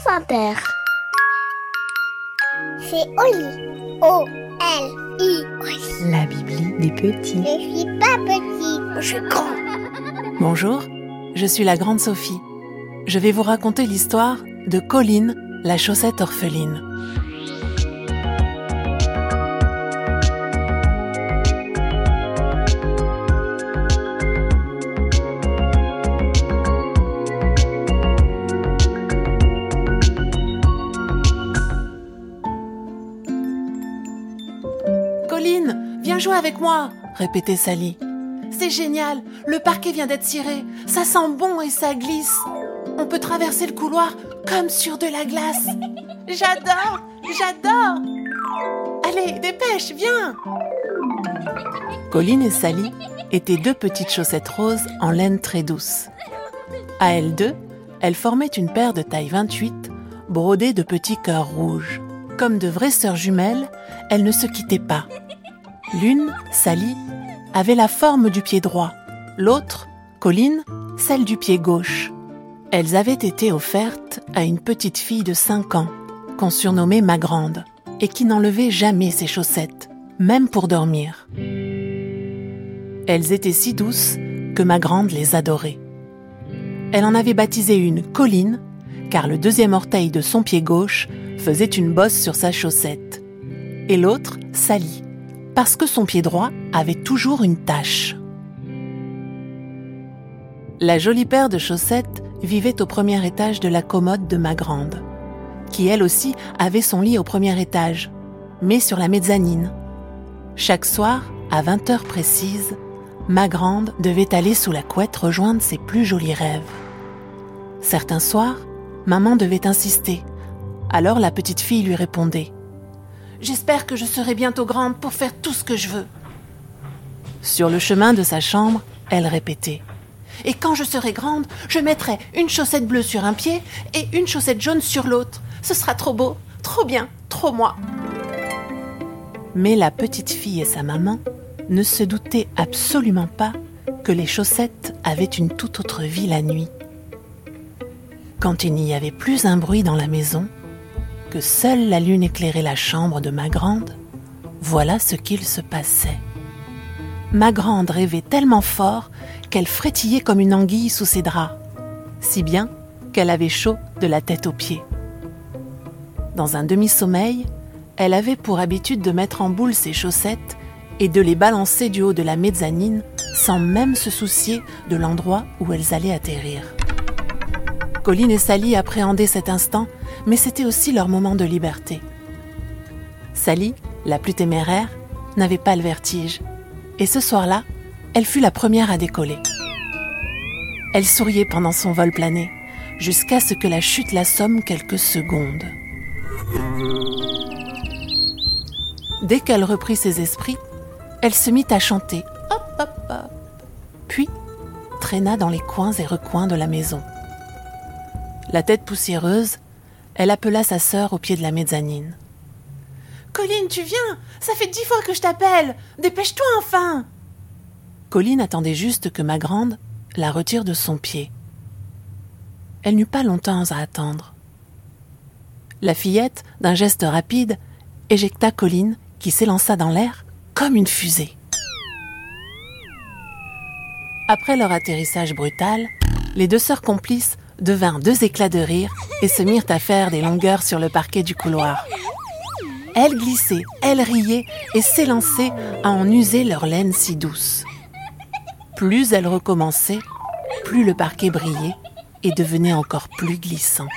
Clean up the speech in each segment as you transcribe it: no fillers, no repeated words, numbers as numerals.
Père. C'est Oli. O-L-I. La Bibli des petits. Je suis pas petit, je suis grand. Bonjour, je suis la grande Sophie. Je vais vous raconter l'histoire de Colline, la chaussette orpheline. Colline, viens jouer avec moi, répétait Sally. C'est génial, le parquet vient d'être ciré, ça sent bon et ça glisse. On peut traverser le couloir comme sur de la glace. J'adore. Allez, dépêche, viens. Colline et Sally étaient deux petites chaussettes roses en laine très douce. À elles deux, elles formaient une paire de taille 28, brodée de petits cœurs rouges. Comme de vraies sœurs jumelles, elles ne se quittaient pas. L'une, Sally, avait la forme du pied droit, l'autre, Colline, celle du pied gauche. Elles avaient été offertes à une petite fille de 5 ans, qu'on surnommait ma grande, et qui n'enlevait jamais ses chaussettes, même pour dormir. Elles étaient si douces que ma grande les adorait. Elle en avait baptisé une Colline, car le deuxième orteil de son pied gauche faisait une bosse sur sa chaussette, et l'autre, Sally, parce que son pied droit avait toujours une tache. La jolie paire de chaussettes vivait au premier étage de la commode de ma grande, qui elle aussi avait son lit au premier étage, mais sur la mezzanine. Chaque soir, à 20h précises, ma grande devait aller sous la couette rejoindre ses plus jolis rêves. Certains soirs, maman devait insister, alors la petite fille lui répondait « J'espère que je serai bientôt grande pour faire tout ce que je veux. » Sur le chemin de sa chambre, elle répétait « Et quand je serai grande, je mettrai une chaussette bleue sur un pied et une chaussette jaune sur l'autre. Ce sera trop beau, trop bien, trop moi. » Mais la petite fille et sa maman ne se doutaient absolument pas que les chaussettes avaient une toute autre vie la nuit. Quand il n'y avait plus un bruit dans la maison, que seule la lune éclairait la chambre de ma grande, voilà ce qu'il se passait. Ma grande rêvait tellement fort qu'elle frétillait comme une anguille sous ses draps, si bien qu'elle avait chaud de la tête aux pieds. Dans un demi-sommeil, elle avait pour habitude de mettre en boule ses chaussettes et de les balancer du haut de la mezzanine sans même se soucier de l'endroit où elles allaient atterrir. Colline et Sally appréhendaient cet instant, mais c'était aussi leur moment de liberté. Sally, la plus téméraire, n'avait pas le vertige, et ce soir-là, elle fut la première à décoller. Elle souriait pendant son vol plané, jusqu'à ce que la chute l'assomme quelques secondes. Dès qu'elle reprit ses esprits, elle se mit à chanter « hop, hop, hop », puis traîna dans les coins et recoins de la maison. La tête poussiéreuse, elle appela sa sœur au pied de la mezzanine. « Colline, tu viens? Ça fait 10 fois que je t'appelle! Dépêche-toi enfin !» Colline attendait juste que ma grande la retire de son pied. Elle n'eut pas longtemps à attendre. La fillette, d'un geste rapide, éjecta Colline qui s'élança dans l'air comme une fusée. Après leur atterrissage brutal, les deux sœurs complices devinrent deux éclats de rire et se mirent à faire des longueurs sur le parquet du couloir. Elles glissaient, elles riaient et s'élançaient à en user leur laine si douce. Plus elles recommençaient, plus le parquet brillait et devenait encore plus glissant.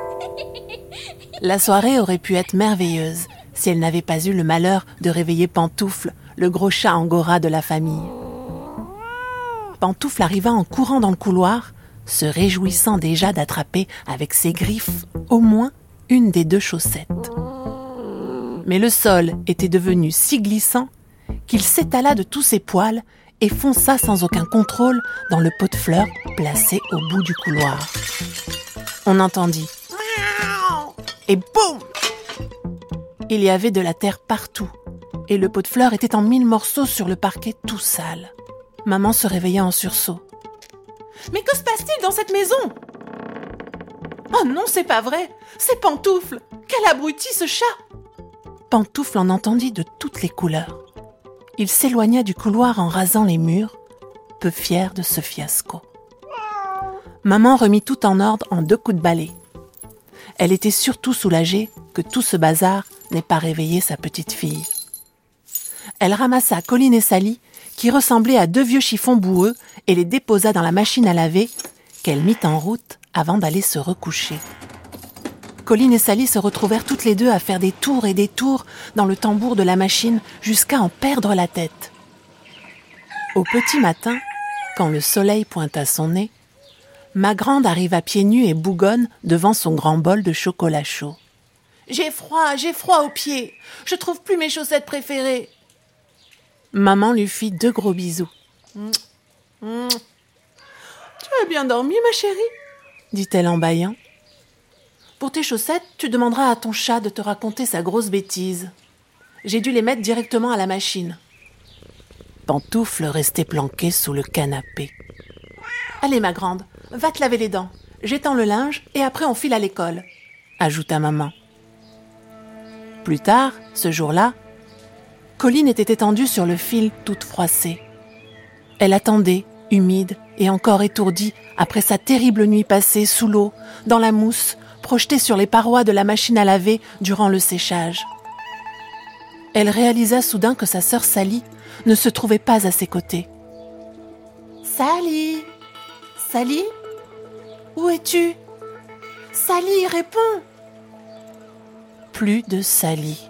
La soirée aurait pu être merveilleuse si elle n'avait pas eu le malheur de réveiller Pantoufle, le gros chat angora de la famille. Pantoufle arriva en courant dans le couloir, se réjouissant déjà d'attraper avec ses griffes au moins une des deux chaussettes. Mais le sol était devenu si glissant qu'il s'étala de tous ses poils et fonça sans aucun contrôle dans le pot de fleurs placé au bout du couloir. On entendit « et boum !» Il y avait de la terre partout et le pot de fleurs était en 1000 morceaux sur le parquet tout sale. Maman se réveilla en sursaut. « Mais que se passe-t-il dans cette maison ?» Oh non, c'est pas vrai! C'est Pantoufle! Quel abruti ce chat! Pantoufle en entendit de toutes les couleurs. Il s'éloigna du couloir en rasant les murs, peu fier de ce fiasco. Maman remit tout en ordre en 2 coups de balai. Elle était surtout soulagée que tout ce bazar n'ait pas réveillé sa petite fille. Elle ramassa Colline et Sally, qui ressemblaient à 2 vieux chiffons boueux, et les déposa dans la machine à laver, qu'elle mit en route avant d'aller se recoucher. Colline et Sally se retrouvèrent toutes les 2 à faire des tours et des tours dans le tambour de la machine jusqu'à en perdre la tête. Au petit matin, quand le soleil pointa son nez, Magrande arriva pieds nus et bougonne devant son grand bol de chocolat chaud. « J'ai froid aux pieds. Je trouve plus mes chaussettes préférées. » Maman lui fit 2 gros bisous. « Tu as bien dormi, ma chérie ?» dit-elle en bâillant. « Pour tes chaussettes, tu demanderas à ton chat de te raconter sa grosse bêtise. J'ai dû les mettre directement à la machine. » Pantoufle restait planquée sous le canapé. « Allez, ma grande, va te laver les dents. J'étends le linge et après on file à l'école, » ajouta maman. Plus tard, ce jour-là, Colline était étendue sur le fil toute froissée. Elle attendait, humide et encore étourdie, après sa terrible nuit passée sous l'eau, dans la mousse, projetée sur les parois de la machine à laver durant le séchage. Elle réalisa soudain que sa sœur Sally ne se trouvait pas à ses côtés. « Sally! Sally? Où es-tu? Sally, réponds !» Plus de Sally.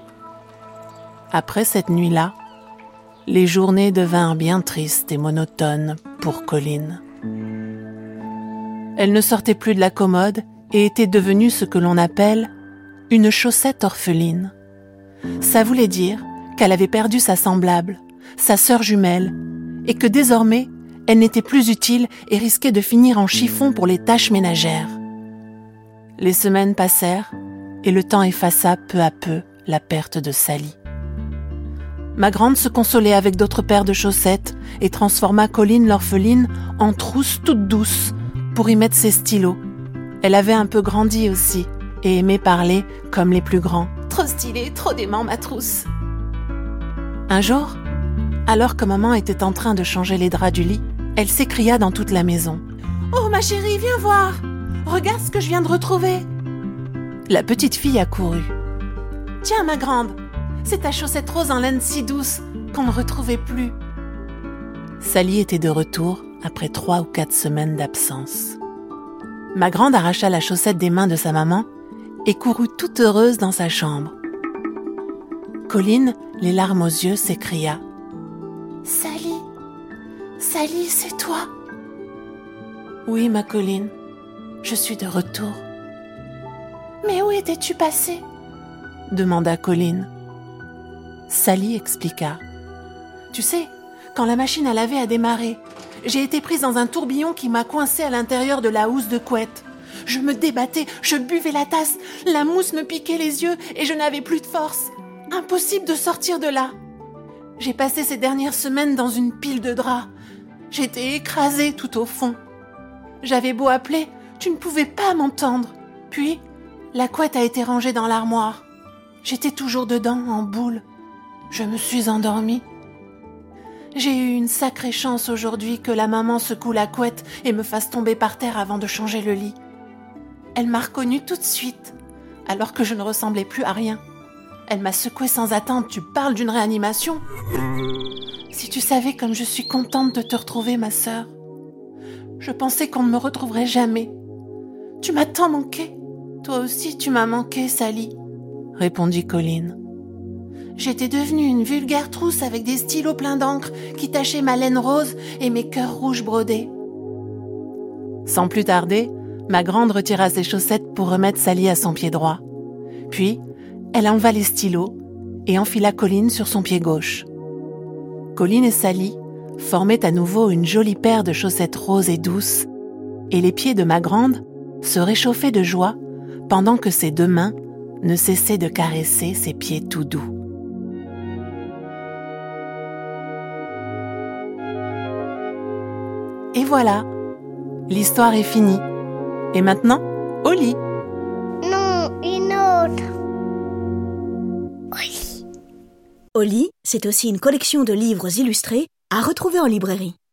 Après cette nuit-là, les journées devinrent bien tristes et monotones pour Colline. Elle ne sortait plus de la commode et était devenue ce que l'on appelle une chaussette orpheline. Ça voulait dire qu'elle avait perdu sa semblable, sa sœur jumelle, et que désormais, elle n'était plus utile et risquait de finir en chiffon pour les tâches ménagères. Les semaines passèrent et le temps effaça peu à peu la perte de Sally. Magrande se consolait avec d'autres paires de chaussettes et transforma Colline l'orpheline en trousse toute douce pour y mettre ses stylos. Elle avait un peu grandi aussi et aimait parler comme les plus grands. « Trop stylé, trop dément ma trousse !» Un jour, alors que maman était en train de changer les draps du lit, elle s'écria dans toute la maison. « Oh ma chérie, viens voir! Regarde ce que je viens de retrouver !» La petite fille accourut. « Tiens ma grande, c'est ta chaussette rose en laine si douce qu'on ne retrouvait plus. » Sally était de retour après 3 ou 4 semaines d'absence. Magrande arracha la chaussette des mains de sa maman et courut toute heureuse dans sa chambre. Colline, les larmes aux yeux, s'écria. « Sally, Sally, c'est toi ?»« Oui, ma Colline, je suis de retour. »« Mais où étais-tu passée ?» demanda Colline. Sally expliqua. « Tu sais, quand la machine à laver a démarré, j'ai été prise dans un tourbillon qui m'a coincée à l'intérieur de la housse de couette. Je me débattais, je buvais la tasse, la mousse me piquait les yeux et je n'avais plus de force. Impossible de sortir de là. J'ai passé ces dernières semaines dans une pile de draps. J'étais écrasée tout au fond. J'avais beau appeler, tu ne pouvais pas m'entendre. Puis, la couette a été rangée dans l'armoire. J'étais toujours dedans, en boule. Je me suis endormie. J'ai eu une sacrée chance aujourd'hui que la maman secoue la couette et me fasse tomber par terre avant de changer le lit. Elle m'a reconnue tout de suite, alors que je ne ressemblais plus à rien. Elle m'a secouée sans attendre. Tu parles d'une réanimation ? Si tu savais comme je suis contente de te retrouver, ma sœur. Je pensais qu'on ne me retrouverait jamais. Tu m'as tant manqué. Toi aussi, tu m'as manqué, Sally, répondit Colline. J'étais devenue une vulgaire trousse avec des stylos pleins d'encre qui tachaient ma laine rose et mes cœurs rouges brodés. Sans plus tarder, Magrande retira ses chaussettes pour remettre Sally à son pied droit. Puis, elle enleva les stylos et enfila Colline sur son pied gauche. Colline et Sally formaient à nouveau une jolie paire de chaussettes roses et douces, et les pieds de Magrande se réchauffaient de joie pendant que ses 2 mains ne cessaient de caresser ses pieds tout doux. Et voilà, l'histoire est finie. Et maintenant, Au lit. Non, une autre. Oui. Oli, c'est aussi une collection de livres illustrés à retrouver en librairie.